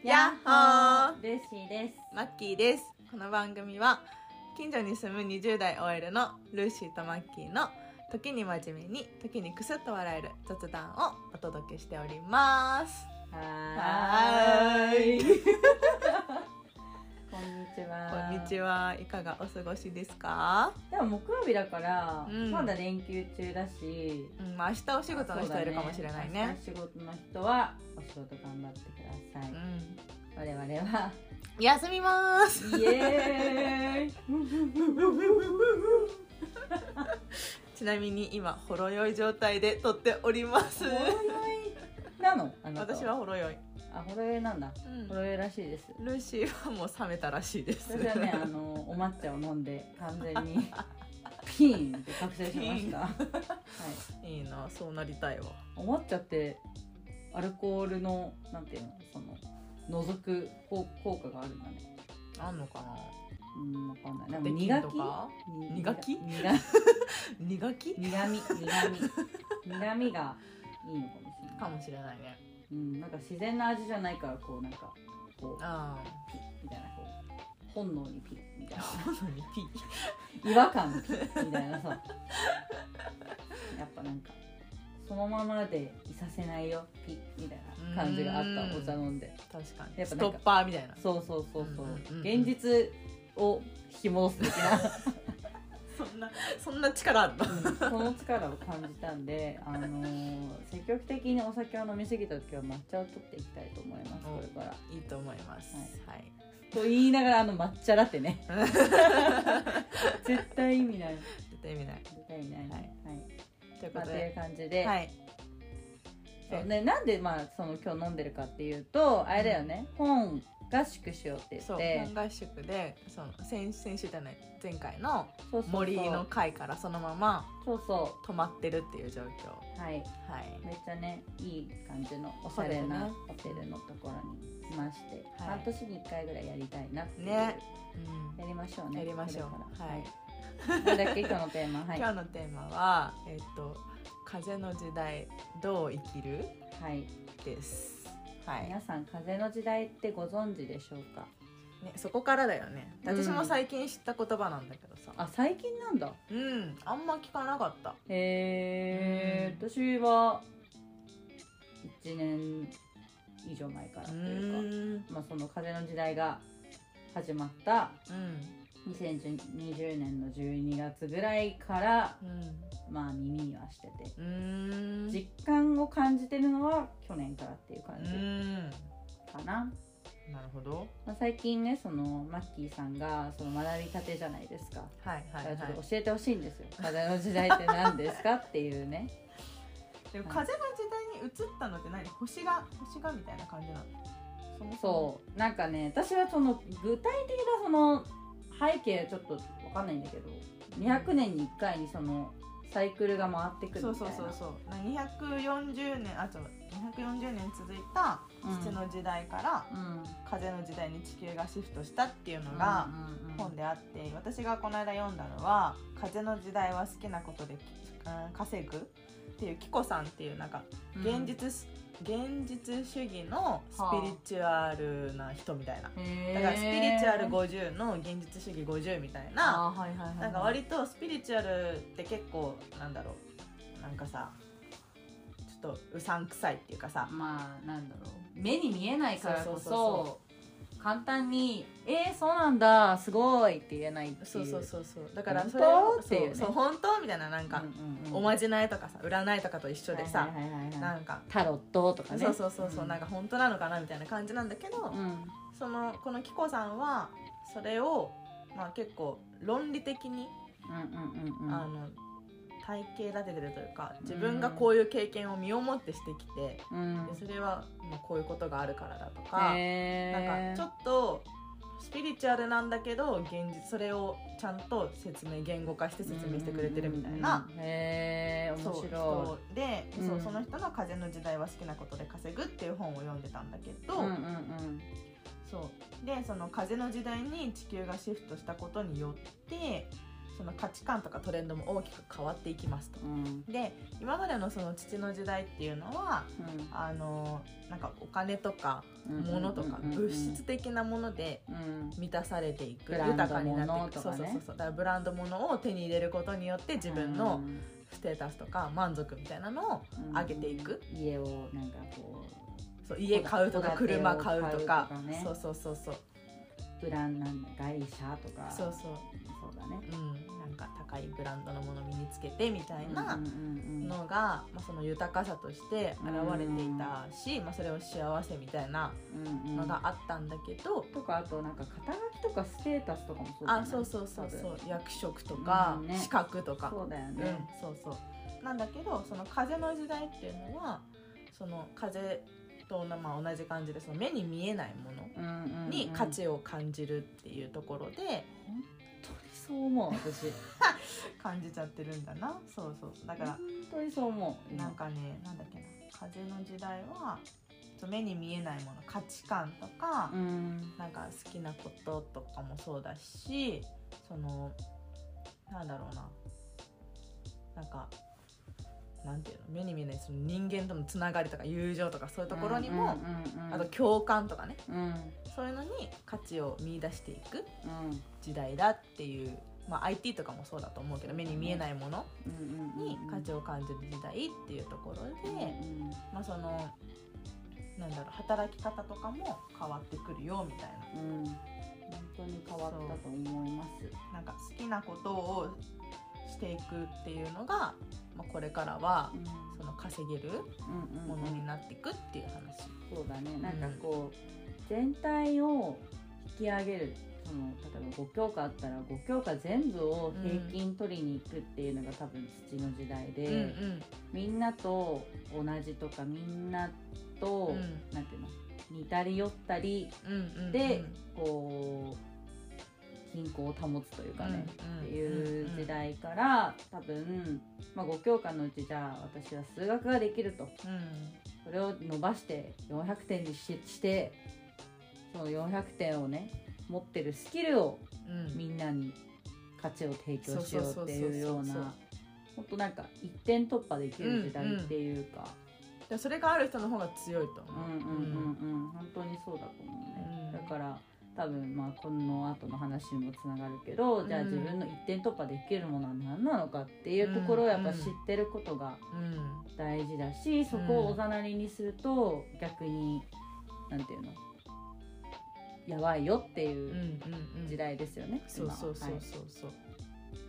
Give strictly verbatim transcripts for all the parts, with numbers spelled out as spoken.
やっほー、 ルーシーです。 マッキーです。この番組は近所に住むにじゅう代 オーエル のルーシーとマッキーの時に真面目に時にクスッと笑える雑談をお届けしております。 はーいこんにちは。 こんにちは。いかがお過ごしですか？ でも木曜日だから、 うん、 まだ連休中だし、 うんまあ、明日お仕事の人いるかもしれないね。 明日仕事の人はお仕事頑張ってください、うん、我々は休みます。 イエーイちなみに今ほろ酔い状態で撮っております。 ほろ酔いなの？あなたは。 私はほろ酔い。 あ、ほろ酔いなんだ、うん、ほろ酔いらしいです。 ルーシーはもう冷めたらしいです。 私はね、あのお抹茶を飲んで完全にピーンって覚醒しましたはい、 いいな、そうなりたいわ。 お抹茶ってアルコールのなんていうの、その除く効果があるんだね。 あんのかな。 うん、わかんない。なんか苦き苦き苦き苦み苦み苦みがいいのかもしれない。 かもしれないね。 うん、なんか自然な味じゃないから、こうなんかこうあピッみたいな、こう本能にピッみたいな本能にピッ違和感ピッみたいなさやっぱなんかそのままでいさせないよピッみたいな感じがあった。お茶飲んで確かにやっぱストッパーみたいな。 そうそうそうそう、 うんうんうん、 現実を引き戻す的なそんなそんな力あるの、 うん、その力を感じたんで、あのー、積極的にお酒を飲みすぎた時は抹茶を取っていきたいと思います。これからいいと思います、はい、はい、 と言いながら、あの抹茶ラテね絶対意味ない絶対意味ない絶対意味ない、はいはい、 ということで、 まあ、という感じで、 はい、 そうね、なんで、まあ、その今日飲んでるかっていうと、あれだよね、うん、本合宿しようって言って、 そう本合宿でその 先, 先週じゃない前回の森の会からそのままそうそう泊まってるっていう状況。 はい、はい、めっちゃねいい感じのおしゃれなホテルのところに来まして、はい、半年にいっかいぐらいやりたいなっていう、ね、うん、やりましょうね。 やりましょう。はい。 なんだっけ今日のテーマ、はい、 今日のテーマはえっと風の時代どう生きる、はい、です。はい、 皆さん風の時代ってご存知でしょうか、 ね、そこからだよね。私も最近知った言葉なんだけどさ、 うん、あ、最近なんだ。 うん、あんま聞かなかった。 へえ、うん、私はいちねん以上前からっていうか、まあ、その風の時代が始まった、うん、にせんにじゅうねんのじゅうにがつぐらいから、うん、まあ耳にはしてて、うーん、実感を感じてるのは去年からっていう感じかな。 なるほど。 まあ、最近ね、そのマッキーさんがその学びたてじゃないですか。はいはいはい。ちょっと教えてほしいんですよ。風の時代って何ですかっていうね。 でも風の時代に移ったのって何？星が星がみたいな感じなの？ そもそもそうなんかね、私はその具体的なその背景はちょっと分かんないんだけど、にひゃくねんにいっかいにそのサイクルが回ってくるみたいな。 そうそうそうそう。にひゃくよんじゅうねん、あ、ちょっとにひゃくよんじゅうねん続いた土の時代から、うん、風の時代に地球がシフトしたっていうのが本であって、私がこの間読んだのは風の時代は好きなことで、うん、稼ぐっていうキコさんっていうなんか現実、うん、現実主義のスピリチュアルな人みたいな、だからスピリチュアルごじゅうの現実主義ごじゅうみたいな、なんか割とスピリチュアルって結構なんだろう、なんかさちょっとうさんくさいっていうかさ、 まあなんだろう、目に見えないからこそ簡単に「えー、そうなんだすごい」って言えないっていう。 そうそうそうそう、だからそれをっていう、ね、そう本当みたいな、なんか、うんうんうん、おまじないとかさ占いとかと一緒でさ、なんかタロットとかね、 そうそうそうそう、うん、なんか本当なのかなみたいな感じなんだけど、うん、そのこのキコさんはそれを、まあ、結構論理的に、うんうんうんうん、あの体系立ててるというか、自分がこういう経験を身をもってしてきて、うん、でそれはまあこういうことがあるからだとか、なんかちょっとスピリチュアルなんだけど現実、それをちゃんと説明言語化して説明してくれてるみたいな、うんうんうん、へー面白いで、うん、そうその人の風の時代は好きなことで稼ぐっていう本を読んでたんだけど、うんうんうん、そうでその風の時代に地球がシフトしたことによってその価値観とかトレンドも大きく変わっていきますと、 うん、 で今までのその父の時代っていうのは、うん、あのなんかお金とか物とか物質的なもので満たされていく、うん、豊かになっていく、そうそうそうそう、だからブランド物を手に入れることによって自分のステータスとか満足みたいなのを上げていく、 うん、家をなんかこう、 そう家買うとか車買うとか、ね、そうそうそうそう、 ブランド外車とか、 そうそうそうだね、 うん、なんか高いブランドのものを身につけてみたいなのが、まあ、その豊かさとして現れていたし、まあ、それを幸せみたいなのがあったんだけど、 とかあとなんか肩書きとかステータスとかもそうだよね。 あ、そうそうそうそう、役職とか、うんね、資格とか、 そうだよね、 うん、そうそうなんだけど、その風の時代っていうのはその風と、まあ、同じ感じでその目に見えないものに価値を感じるっていうところで、うんうんうん、 本当にそう思う私感じちゃってるんだな。そうそうそう、だから本当にそう思う。 なんかね、なんだっけな、風の時代は目に見えないもの、価値観とか、うん、なんか好きなこととかもそうだし、そのなんだろうな、なんかなんていうの、目に見えないその人間とのつながりとか友情とかそういうところにも、うんうんうんうん、あと共感とかね、うん、そういうのに価値を見出していく時代だっていう、まあ、アイティー とかもそうだと思うけど、目に見えないものに価値を感じる時代っていうところで、うんうん、まあそのなんだろう、働き方とかも変わってくるよみたいな、 うん、本当に変わったと思います。 なんか好きなことをしていくっていうのが、まあ、これからは、うん、その稼げるものになっていくっていう話、 うんうんうん、そうだね。なんかこう、うん、全体を引き上げる、その例えばご教科あったらご教科全部を平均取りに行くっていうのが多分土の時代で、うんうん、みんなと同じとかみんなと、うん、なんていうの、似たり寄ったりで、うんうんうん、こう均衡を保つというかね、うんうん、っていう時代から多分、まあ、ご教科のうちじゃあ私は数学ができると、うん、それを伸ばしてよんひゃくてんに し, してそのよんひゃくてんをね持ってるスキルをみんなに価値を提供しようっていうような、ほんとなんか一点突破できる時代っていうか、 うんうん、それがある人の方が強いと思う。 うんうんうんうん、本当にそうだと思うね、うん、だから多分まあこの後の話にもつながるけど、うん、じゃあ自分の一点突破できるものは何なのかっていうところをやっぱ知ってることが大事だし、うん、そこをおざなりにすると逆になんていうの、やばいよっていう時代ですよね、 うんうんうん、そうそうそうそうそう、はい、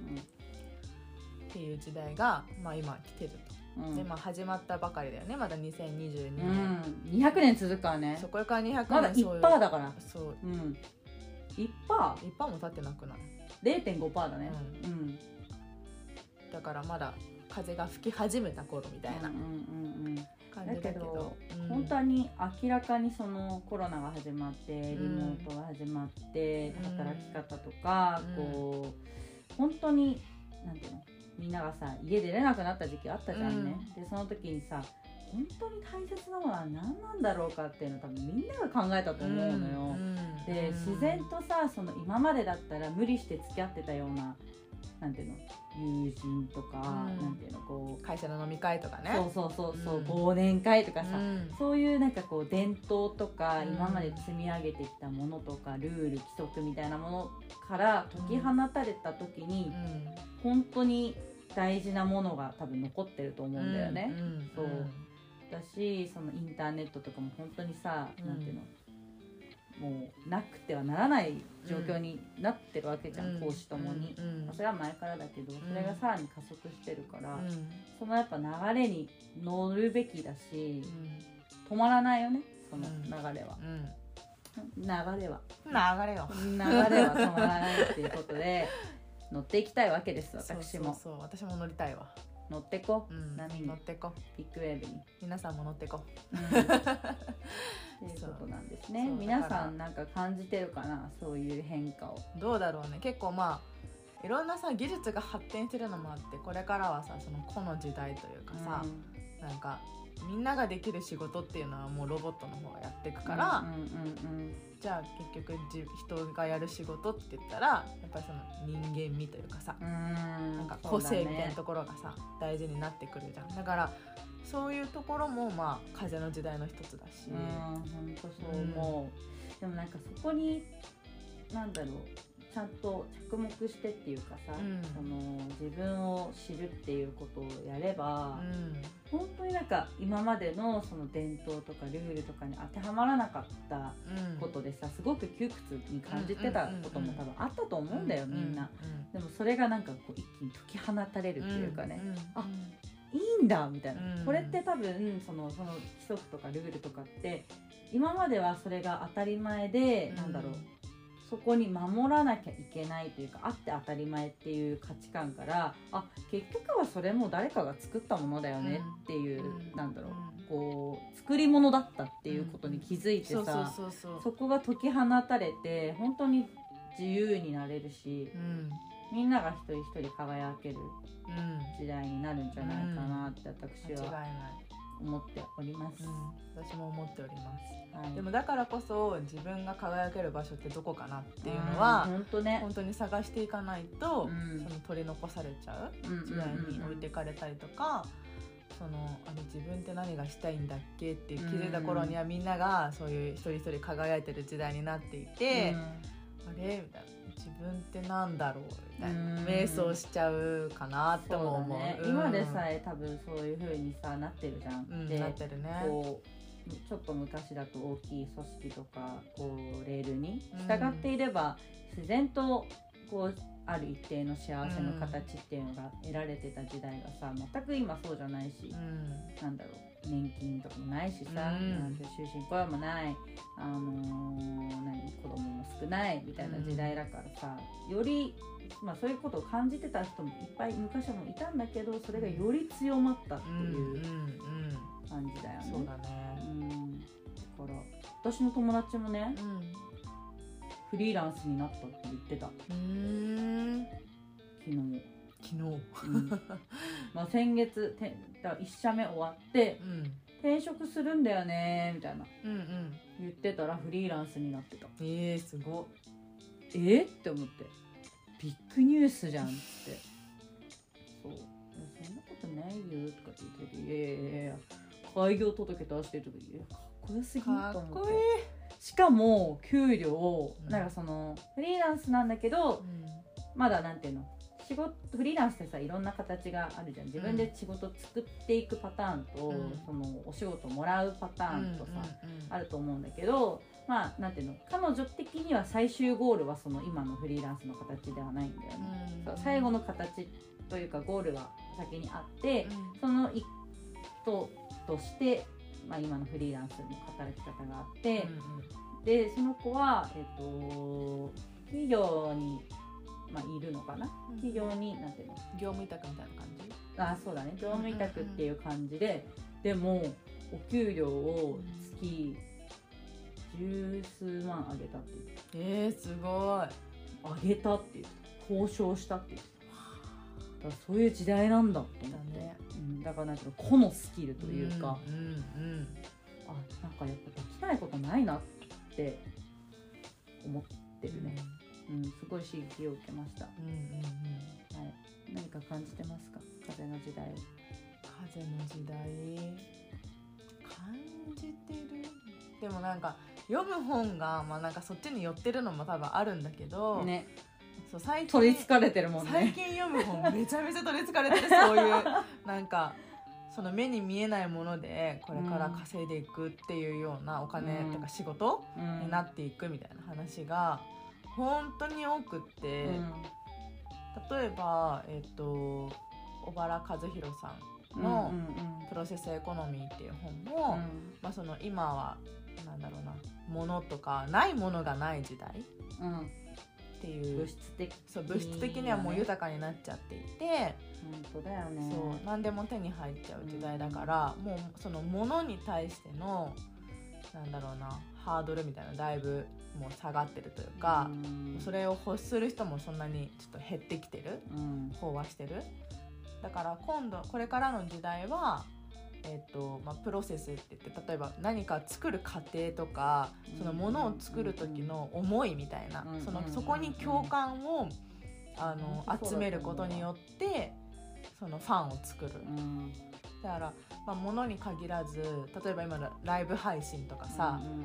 うん、っていう時代が、まあ、今来てると、うん、でまあ始まったばかりだよね、まだにせんにじゅうにねん、うん、 にひゃくねん続くからね。 そこからにひゃくねんまだ いちパーセント だから、 そう、 うん、いちパーセントいちパーセント も経ってなくない？ れいてんごパーセント だね、うんうん、 だからまだ風が吹き始めた頃みたいな、うんうんうんうん、感じだけど、だけど、 うん、本当に明らかにそのコロナが始まってリモートが始まって、うん、働き方とか、うん、こう本当になんていうの、みんながさ家出れなくなった時期あったじゃんね、うん、でその時にさ本当に大切なものは何なんだろうかっていうのを多分みんなが考えたと思うのよ、うん、で自然とさ、その今までだったら無理して付き合ってたようななんていうの、友人とか、うん、なんていうの、こう会社の飲み会とかね、 そうそうそうそう、うん、忘年会とかさ、うん、そういうなんかこう伝統とか、うん、今まで積み上げてきたものとかルール規則みたいなものから解き放たれた時に、うん、本当に大事なものが多分残ってると思うんだよね、うんうん、そうだし、そのインターネットとかも本当にさ、うん、なんていうの、もうなくてはならない状況になってるわけじゃん、うん、講師ともに、うんうん、それは前からだけど、それがさらに加速してるから、うん、そのやっぱ流れに乗るべきだし、うん、止まらないよね、その流れは、うん、流れは流れは流れは止まらないっていうことで乗っていきたいわけです。私も。 そうそうそう、私も乗りたいわ。 乗ってこ、 うん、波に乗ってこ、 ビッグウェーブに皆さんも乗ってこ、うん、 っていうことなんですね。皆さんなんか感じてるかな、そういう変化を。 どうだろうね。結構まあいろんなさ技術が発展してるのもあって、これからはさ、その個の時代というかさ、うん、なんかみんなができる仕事っていうのはもうロボットの方がやっていくから、 うんうんうんうん、 じゃあ結局じ人がやる仕事って言ったらやっぱりその人間味というかさ、 うん、 なんか個性みたいなところがさ、ね、大事になってくるじゃん。だからそういうところもまあ風の時代の一つだし、 うん、本当そう思う、うん、でもなんかそこになんだろうちゃんと着目してっていうかさ、うん、その自分を知るっていうことをやれば、うん、本当になんか今までのその伝統とかルールとかに当てはまらなかったことでさ、すごく窮屈に感じてたことも多分あったと思うんだよ、みんな。でもそれがなんかこう一気に解き放たれるっていうかね、うんうん、あ、いいんだみたいな、うん、これって多分そのその規則とかルールとかって今まではそれが当たり前で、うん、なんだろう、そこに守らなきゃいけないというか、あって当たり前っていう価値観から、あ、結局はそれも誰かが作ったものだよねっていう、うん、なんだろう、こう作り物だったっていうことに気づいてさ、そこが解き放たれて本当に自由になれるし、うん、みんなが一人一人輝ける時代になるんじゃないかなって私は思っております、うん、 私も思っております、はい、でもだからこそ自分が輝ける場所ってどこかなっていうのは、うん、本当ね、本当に探していかないと、うん、その取り残されちゃう時代に置いてかれたりとか、そのあの自分って何がしたいんだっけって気づいた頃にはみんながそういう一人一人輝いてる時代になっていて、うん、あれみたいな、自分ってなんだろうみたいな、瞑想しちゃうかなとも思う。 そうだね、うん、今でさえ多分そういう風にさなってるじゃん、 うん、 でなってるね。 こうちょっと昔だと大きい組織とかこうレールに従っていれば、うん、自然とこうある一定の幸せの形っていうのが得られてた時代がさ、全く今そうじゃないし、うん、なんだろう、年金とかもないしさ、うん、なんて終身雇用もない、あのー、何子供も少ないみたいな時代だからさ、より、まあ、そういうことを感じてた人もいっぱい昔もいたんだけど、それがより強まったっていう感じだよね。 そうだね、 うん、だから私の友達もね、うん、フリーランスになったって言ってた。うーん、昨日昨日、 うん、まあ先月てだいち社目終わって、うん、転職するんだよねみたいな、うんうん、言ってたらフリーランスになってた。 えー、すごえー、って思って、ビッグニュースじゃんっつって、そう、そんなことないよとかって言ってて、いやいやいや開業届出してるとか、いやかっこよすぎると思って。かっこいい。しかも給料、うん、なんかそのフリーランスなんだけど、うん、まだなんていうの、仕事フリーランスってさ、いろんな形があるじゃん。自分で仕事作っていくパターンと、うん、そのお仕事もらうパターンとさ、うんうんうん、あると思うんだけど、まあなんていうの、彼女的には最終ゴールはその今のフリーランスの形ではないんだよね、うんうん、最後の形というかゴールは先にあって、うん、その一途として、まあ、今のフリーランスの働き方があって、うんうん、でその子は、えっと、企業にまあ、いるのかな、うん、企業になんていうの、 業務委託みたいな感じ。 あ、そうだね、業務委託っていう感じで、うんうんうん、でもお給料を月十数万上げたって言って、 えー、すごい上げたって言って、交渉したって言って、だからそういう時代なんだと思って、ね、うん、だからなんか個のスキルというか、うんうんうん、あ、なんかやっぱできないことないなって思ってるね、うんうん、すごい刺激を受けました、うんうんうん、はい、何か感じてますか、風の時代。 風の時代感じてる。でもなんか読む本が、まあ、なんかそっちに寄ってるのも多分あるんだけど、ね、そう最近取りつかれてるもんね。 最近読む本めちゃめちゃ取りつかれてるそういうなんかその目に見えないものでこれから稼いでいくっていうようなお金とか仕事になっていくみたいな話が本当に多くって、うん、例えば、えーと、小原和弘さんのプロセスエコノミーっていう本も、うん、まあ、その今はなんだろうな、物とかないものがない時代、うん、っていう物質的、 そう物質的にはもう豊かになっちゃっていて、 本当だよね、 そう何でも手に入っちゃう時代だから、うん、もうその物に対してのなんだろうな、ハードルみたいなだいぶもう下がってるというか、うん、それを欲する人もそんなにちょっと減ってきてる、うん、飽和してる。だから今度これからの時代はえーとまあ、プロセスって言って、例えば何か作る過程とか、そのものを作る時の思いみたいな、そのそこに共感をあの集めることによってそのファンを作る、うん、だから、まあ、物に限らず、例えば今のライブ配信とかさ、うんうんうん、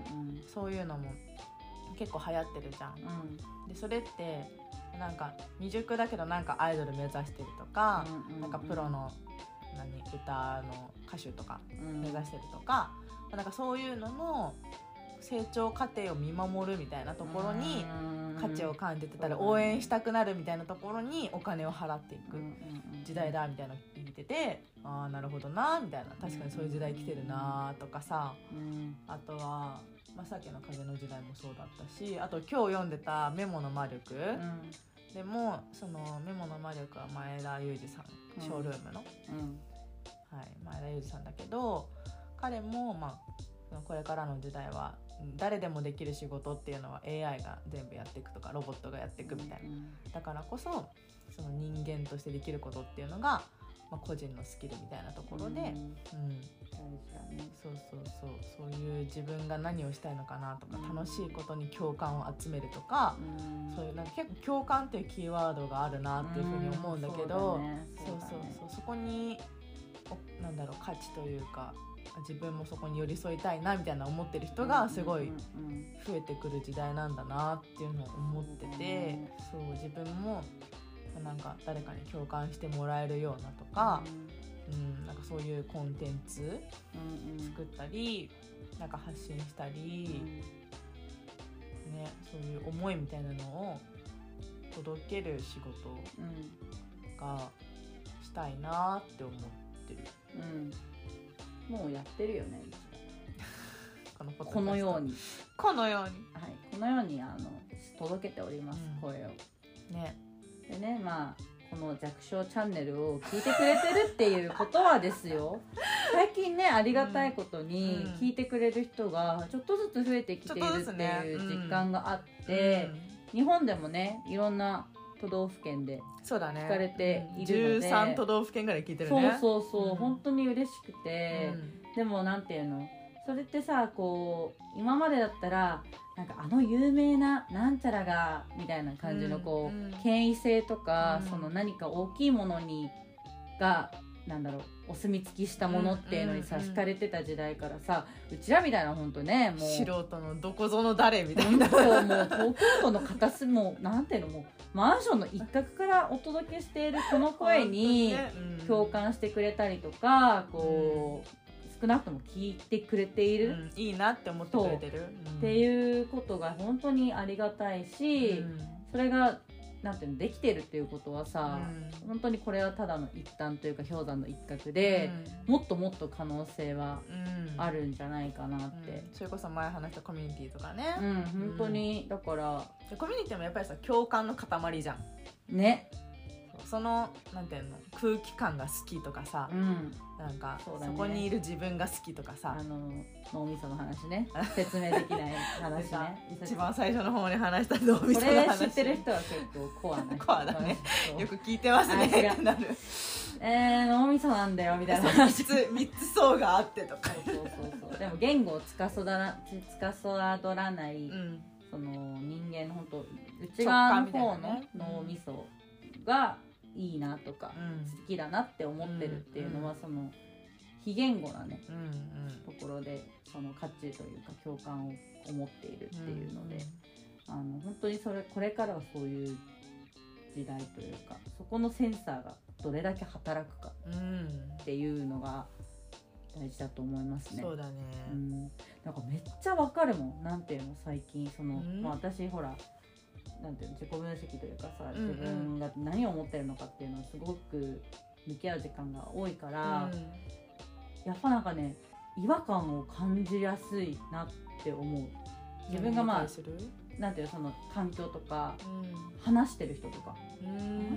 そういうのも結構流行ってるじゃん、うん、でそれってなんか未熟だけどなんかアイドル目指してるとか、うんうんうん、なんかプロの何歌の歌手とか目指してるとか、うん、なんかそういうのの成長過程を見守るみたいなところに価値を感じてたら応援したくなるみたいなところにお金を払っていく時代だみたいなの聞いてて、ああなるほどなみたいな、確かにそういう時代来てるなとかさ、あとは、まあ、さっきの風の時代もそうだったし、あと今日読んでたメモの魔力、うん、でもそのメモの魔力は前田裕二さん、ショールームの、うんはい、前田裕二さんだけど、彼も、まあ、これからの時代は誰でもできる仕事っていうのは エーアイ が全部やっていくとかロボットがやっていくみたいな、うん、だからこそその人間としてできることっていうのが、まあ、個人のスキルみたいなところで、うんうん、大事だね。そうそうそう、そういう自分が何をしたいのかなとか、うん、楽しいことに共感を集めるとか、うん、そういうなんか結構共感っていうキーワードがあるなっていうふうに思うんだけど、うん、そうそうそう、そこになんだろう価値というか、自分もそこに寄り添いたいなみたいな思ってる人がすごい増えてくる時代なんだなっていうのを思ってて、そう自分もなんか誰かに共感してもらえるようなとか、うん、なんかそういうコンテンツ作ったり、なんか発信したり、ね、そういう思いみたいなのを届ける仕事がしたいなって思ってる。 うん、もうやってるよねこのこのようにこのように、 はい、このようにあの届けております、うん、声をね。でね、まあこの弱小チャンネルを聞いてくれてるっていうことはですよ最近ねありがたいことに聞いてくれる人がちょっとずつ増えてきているっていう実感があって、うん、日本でもねいろんな都道府県で聞かれているので、 じゅうさん都道府県ぐらい聞いてるね。 そうそうそう、うん、本当に嬉しくて、うん、でもなんていうの、それってさ、こう今までだったらなんかあの有名ななんちゃらがみたいな感じのこう、うん、権威性とか、うん、その何か大きいものにがなんだろうお墨付きしたものっていうのにさ、うんうんうん、惹かれてた時代からさ、うちらみたいな本当ねもう素人のどこぞの誰みたいなもう東京都の片隅もなんていうのもうマンションの一角からお届けしているこの声に共感してくれたりとか、こう、うん、少なくとも聞いてくれている、 うん、いいなって思ってくれてる、 うん、っていうことが本当にありがたいし、うん、それがなんていうのできてるっていうことはさ、うん、本当にこれはただの一端というか氷山の一角で、うん、もっともっと可能性はあるんじゃないかなって、 うん、それこそ前話したコミュニティとかね、 うん、本当にだからコミュニティもやっぱりさ共感の塊じゃんね。 そのなんていうの空気感が好きとかさ、うん、なんか そ,、ね、そこにいる自分が好きとかさ、 あの脳みその話ね説明できない話ね一番最初の方に話した脳みその話、 これ知ってる人は結構コアなコアだねよく聞いてますねってなるえー、脳みそなんだよみたいな話みっつ層があってとかそうそうそうそうでも言語をつかそだらつかそららない、うん、その人間の本当内側の方の脳みそがいいなとか、うん、好きだなって思ってるっていうのは、うん、その非言語なね、うんうん、ところでその価値というか共感を思っているっていうので、うんうん、あの本当にそれこれからはそういう時代というかそこのセンサーがどれだけ働くかっていうのが大事だと思いますね。 そうだね、 うん、なんかめっちゃわかるもん。なんていうの最近その、うんまあ、私ほらなんていうの自己分析というかさ、自分が何を思ってるのかっていうのをすごく向き合う時間が多いから、うん、やっぱなんかね違和感を感じやすいなって思う。自分がまあなんていうのその環境とか、うん、話してる人とか、うん、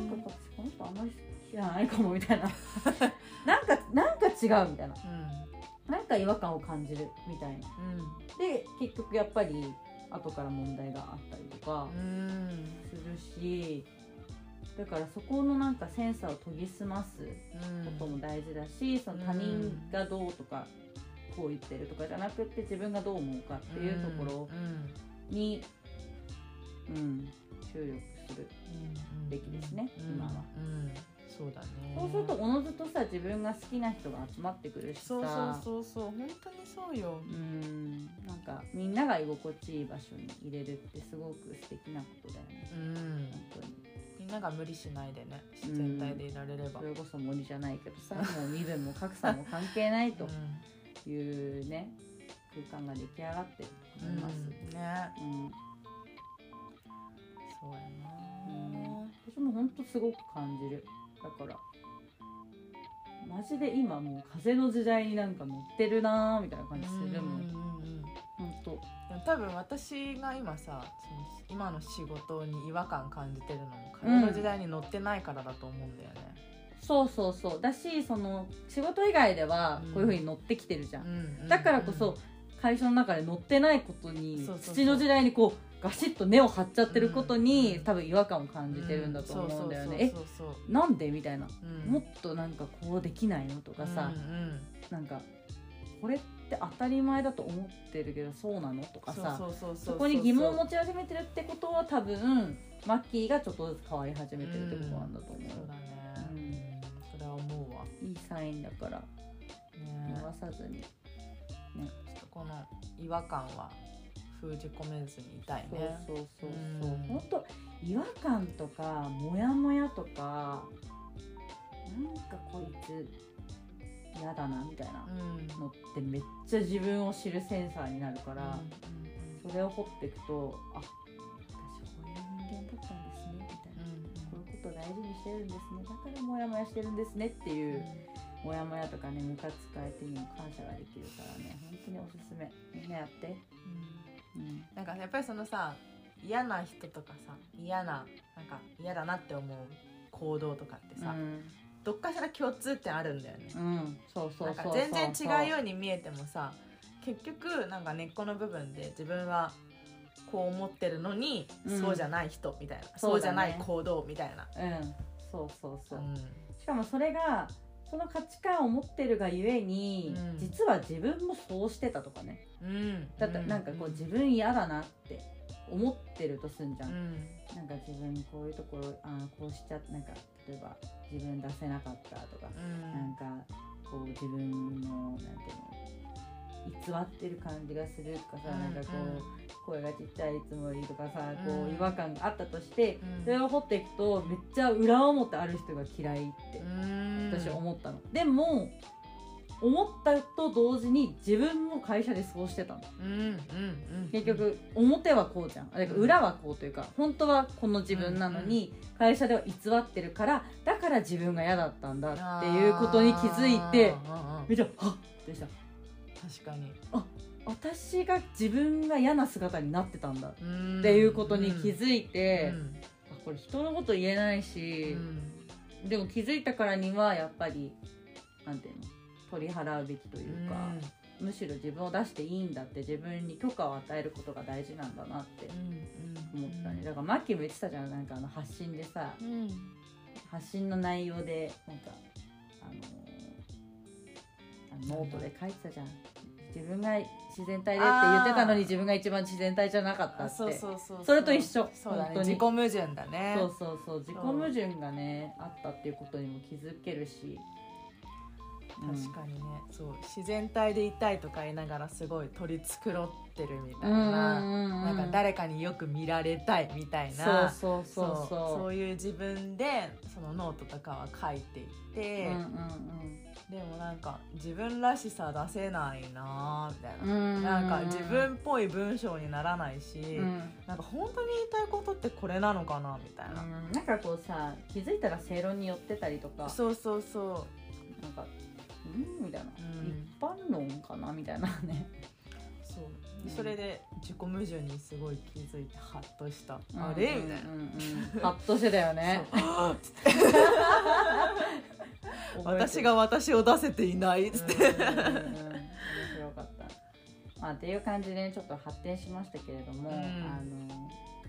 なんか私この人あんまり好きじゃないかもみたいななんかなんか違うみたいな、うん、なんか違和感を感じるみたいな、うん、で結局やっぱり後から問題があったりとかするし、 だからそこのなんかセンサーを研ぎ澄ますことも大事だし、その他人がどうとかこう言ってるとかじゃなくて自分がどう思うかっていうところに、うんうん、注力するべきですね、うん、今は、うんうん、 そうだね。 そうするとおのずとさ自分が好きな人が集まってくるしさ、 そうそうそうそう、本当にそうよ。 うん、なんかみんなが居心地いい場所に入れるってすごく素敵なことだよね、うん、本当にみんなが無理しないでね、自然体でいられれば、 うん、それこそ森じゃないけどさもう身分も格差も関係ないというね、空間が出来上がってると思います、 うん、ね、うん、そうやな、うん、 私も本当すごく感じる。だからマジで今もう風の時代になんか乗ってるなーみたいな感じするもん、うんうんうん、本当。 でも多分私が今さ、その今の仕事に違和感感じてるのも風の時代に乗ってないからだと思うんだよね、 うん、そうそうそうだし、その仕事以外ではこういう風に乗ってきてるじゃん、うん、だからこそ会社の中で乗ってないことに、土の時代にこうガシッと根を張っちゃってることに、うん、多分違和感を感じてるんだと思うんだよね。え、なんでみたいな、うん、もっとなんかこうできないのとかさ、うんうん、なんかこれって当たり前だと思ってるけどそうなのとかさ、そこに疑問を持ち始めてるってことは多分マッキーがちょっとずつ変わり始めてるってことなんだと思う、うん、そうだね、うん、それは思うわ。 いいサインだから、ね、逃さずに、ね、 ちょっとこの違和感は封じ込めずにいたいね。 そうそうそうそう、うん、ほんと違和感とかモヤモヤとかなんかこいつ嫌だなみたいなのってめっちゃ自分を知るセンサーになるから、うんうんうん、それを掘っていくと、あ、私こういう人間だったんですねみたいな、うんうん、こういうことを大事にしてるんですね、だからモヤモヤしてるんですねっていう、うん、モヤモヤとかね、ムカつく相手にも感謝ができるからね、本当におすすめ、みんなやって、うんうん、 なんかやっぱりそのさ、嫌な人とかさ、嫌な、なんか嫌だなって思う行動とかってさ、うん、どっかしら共通点あるんだよね、 うん、そうそうそうそう、 なんか全然違うように見えてもさ、結局なんか根っこの部分で自分はこう思ってるのに、うん、そうじゃない人みたいな、そうじゃない行動みたいな、 うん、そうそうそう、うん、しかもそれがその価値観を持ってるがゆえに、うん、実は自分もそうしてたとかね、うん、だってなんかこう、うん、自分嫌だなって思ってるとすんじゃん、うん、なんか自分こういうところあこうしちゃなんか例えば自分出せなかったとか、うん、なんかこう自分のなんていうの偽ってる感じがするとかさ、うん、なんかこう声がちっちゃいつもりとかさ、こう違和感があったとして、うん、それを掘っていくとめっちゃ裏表ある人が嫌いって私は思ったの、うん、でも思ったと同時に自分も会社でそうしてたの、うんうんうん、結局表はこうじゃん、だから裏はこうというか本当はこの自分なのに会社では偽ってるからだから自分が嫌だったんだっていうことに気づいてめっちゃはっってした。 確かに、 あ、私が自分が嫌な姿になってたんだっていうことに気づいて、うんうん、あ、これ人のこと言えないし、うん、でも気づいたからにはやっぱりなんていうの取り払うべきというか、うん、むしろ自分を出していいんだって自分に許可を与えることが大事なんだなって思ったね、うんうん、だからマッキーも言ってたじゃん、なんかあの発信でさ、うん、発信の内容でなんかあのー、ノートで書いてたじゃん、自分が自然体でって言ってたのに自分が一番自然体じゃなかったって、そうそうそうそう、それと一緒、 そうだね、自己矛盾だね、 そうそうそう、自己矛盾がねあったっていうことにも気づけるし、 確かにね、そう自然体でいたいとか言いながらすごい取り繕ってるみたいな、うんうんうん、なんか誰かによく見られたいみたいな、 そうそうそうそう、 そういう自分でそのノートとかは書いていて、うんうんうん、でもなんか自分らしさ出せないなみたいな、うんうん、なんか自分っぽい文章にならないし、うん、なんか本当に言いたいことってこれなのかなみたいな、 うん、なんかこうさ気づいたら正論に寄ってたりとか、 そうそうそう、 なんかうんみたいな、うん、一般論かなみたいなね、 そう、うん、それで自己矛盾にすごい気づいてハッとした、うん、あれみたいな、うんうん、ハッとしてたよね私が私を出せていないっつって、うんうんうん、面白かった、まあ、っていう感じで、ね、ちょっと発展しましたけれども、うん、あの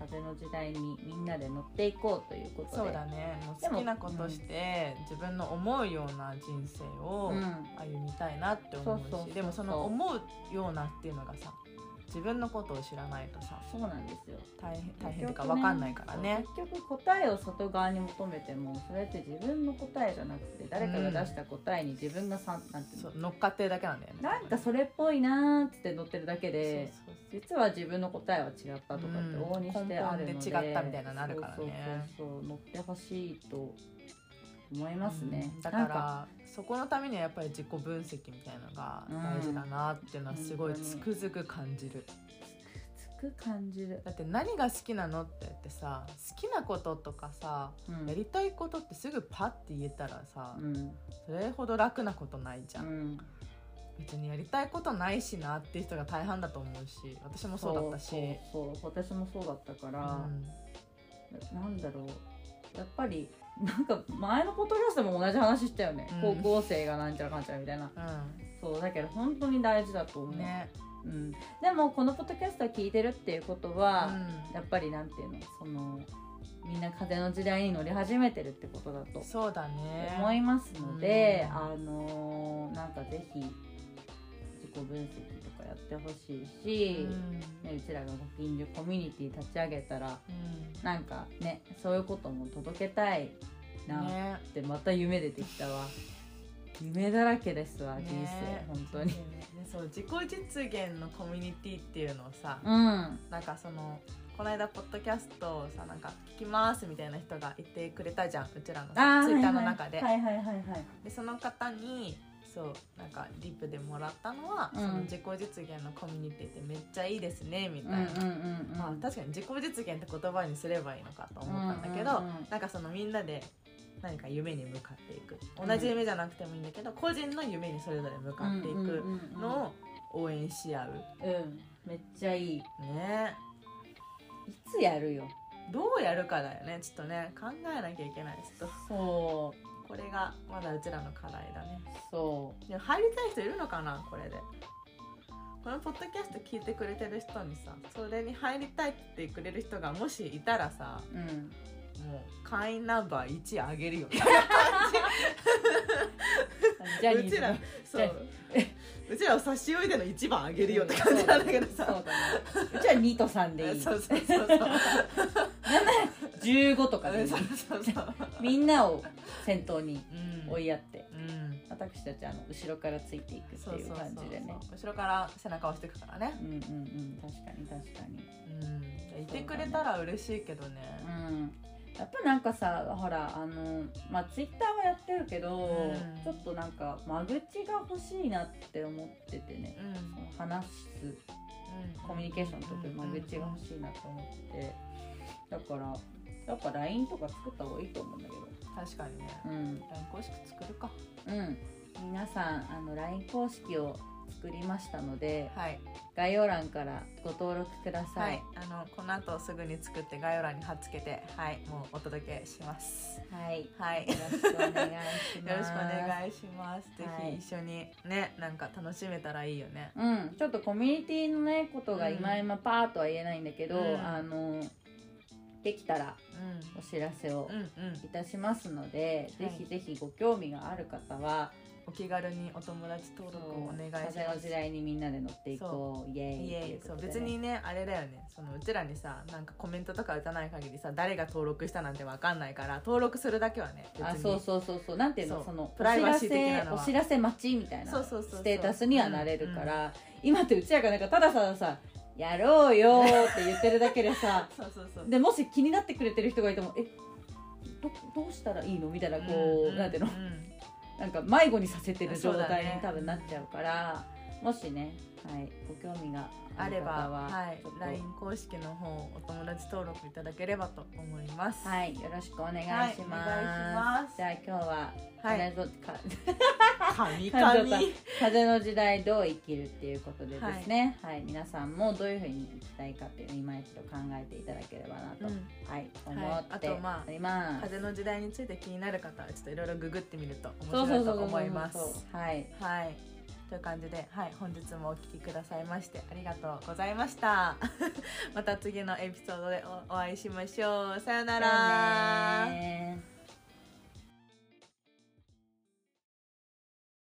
風の時代にみんなで乗っていこうということで。 そうだね、もう好きなことして、うん、自分の思うような人生を歩みたいなって思うし、でもその思うようなっていうのがさ、自分のことを知らないとさ、 そうなんですよ、 大変大変とか分かんないからね。 結局答えを外側に求めてもそれって自分の答えじゃなくて誰かが出した答えに自分がさ、うん、なんていうの、 そう乗っかってるだけなんだよね。 なんかそれっぽいなーって乗ってるだけで、そうそうそう、実は自分の答えは違ったとかって往々にしてあるので、うん、 根本で違ったみたいなのあるからね。 そうそうそうそう、乗ってほしいと思いますね、 うん、だからそこのためにはやっぱり自己分析みたいなのが大事だなっていうのはすごいつくづく感じる。 つく感じる。 だって何が好きなのって言ってさ、好きなこととかさ、うん、やりたいことってすぐパッて言えたらさ、うん、それほど楽なことないじゃん、うん、別にやりたいことないしなっていう人が大半だと思うし、私もそうだったし、 そうそうそう、私もそうだったから、うん、なんだろう、やっぱりなんか前のポッドキャストも同じ話したよね、うん、高校生がなんちゃらかんちゃらみたいな、うん、そうだけど本当に大事だと思う、ね、うん、でもこのポッドキャストを聞いてるっていうことは、うん、やっぱりなんていうの、そのみんな風の時代に乗り始めてるってことだとそうだね思いますので、うん、あのー、なんかぜひ自己分析とかやってほしいし、うんね、うちらがご近所コミュニティ立ち上げたら、うん、なんかねそういうことも届けたいなって、ね、また夢出てきたわ。夢だらけですわ、ね、人生本当に、ね、 そう自己実現のコミュニティっていうのをさ、 うん、 なんかそのこの間ポッドキャストをさなんか聞きますみたいな人がいてくれたじゃん、うちらのツイッターの中で、 はいはいはいはい、 でその方にそうなんかリップでもらったのは、うん、その自己実現のコミュニティってめっちゃいいですねみたいな、うんうんうんうん、まあ確かに自己実現って言葉にすればいいのかと思ったんだけど、うんうんうん、なんかそのみんなで何か夢に向かっていく、同じ夢じゃなくてもいいんだけど、うん、個人の夢にそれぞれ向かっていくのを応援し合う、 うんうんうん、めっちゃいいね。 いつやるよ、 どうやるかだよね、ちょっとね考えなきゃいけないですと。 そうこれがまだうちらの課題だね。 そうでも入りたい人いるのかな、これでこのポッドキャスト聞いてくれてる人にさ、それに入りたいって言ってくれる人がもしいたらさ、うん、もう会員ナンバーいちあげるよみたいな感じうちらそううちらを差し置いてのいちばんあげるよって感じなんだけどさ、 そうだね、うちはにとさんでいいそうそうそうそうじゅうごとかでいいそうそうそうみんなを先頭に追いやって、うん、私たちあの後ろからついていくっていう感じでね、そうそうそうそう後ろから背中を押していくからね、 うんうんうん、確かに確かに、 うん、いてくれたら嬉しいけどね、 うん、やっぱなんかさ、ほらあのまあツイッターはやってるけど、うん、ちょっとなんか間口が欲しいなって思っててね、うん、その話す、うん、コミュニケーションの時に間口が欲しいなと思ってて、だからやっぱ ライン とか作った方がいいと思うんだけど。 確かにね、うん、ライン 公式作るか。 うん、皆さんあの ライン 公式を作りましたので、はい、概要欄からご登録ください、はい、 あのこの後すぐに作って概要欄に貼っつけて、はい、もうお届けします。 はい、 はい、 よろしくお願いしますよろしくお願いします。ぜひ一緒にね、なんか楽しめたらいいよね。 うん、ちょっとコミュニティのねことが今今パーッとは言えないんだけど、うん、あのできたらお知らせをいたしますので、うんうんうん、ぜひぜひご興味がある方はお気軽にお友達登録をお願いします。 風の時代にみんなで乗っていこう、イエーイイエーイ。そう別にねあれだよね、そのうちらにさなんかコメントとか打たない限りさ誰が登録したなんてわかんないから、登録するだけはね別に、 あそうそうそうそう、なんていうの、そのプライバシー的なのはお知らせ待ちみたいなステータスにはなれるから、うんうん、今ってうちらがなんかただたださやろうよって言ってるだけでさそうそうそう、でもし気になってくれてる人がいてもえ ど, どうしたらいいのみたいなこう、うんうん、なんていうの、うん、なんか迷子にさせてる状態に多分なっちゃうから、ね、もしね、はい、ご興味があればはい、ライン 公式の方お友達登録いただければと思います。 はい、よろしくお願いします。はい、お願いします。じゃあ今日は風の、 はい、神風の時代どう生きるっていうことでですね、はい、はい、皆さんもどういうふうに生きたいかっていうのを今一度考えていただければなと、うん、はい、思っております。はい、あとまあ風の時代について気になる方はちょっといろいろググってみると面白いと思います。 はい、 はい、とという感じで、はい、本日もお聞きくださいましてありがとうございましたまた次のエピソードで お, お会いしましょう。さよなら。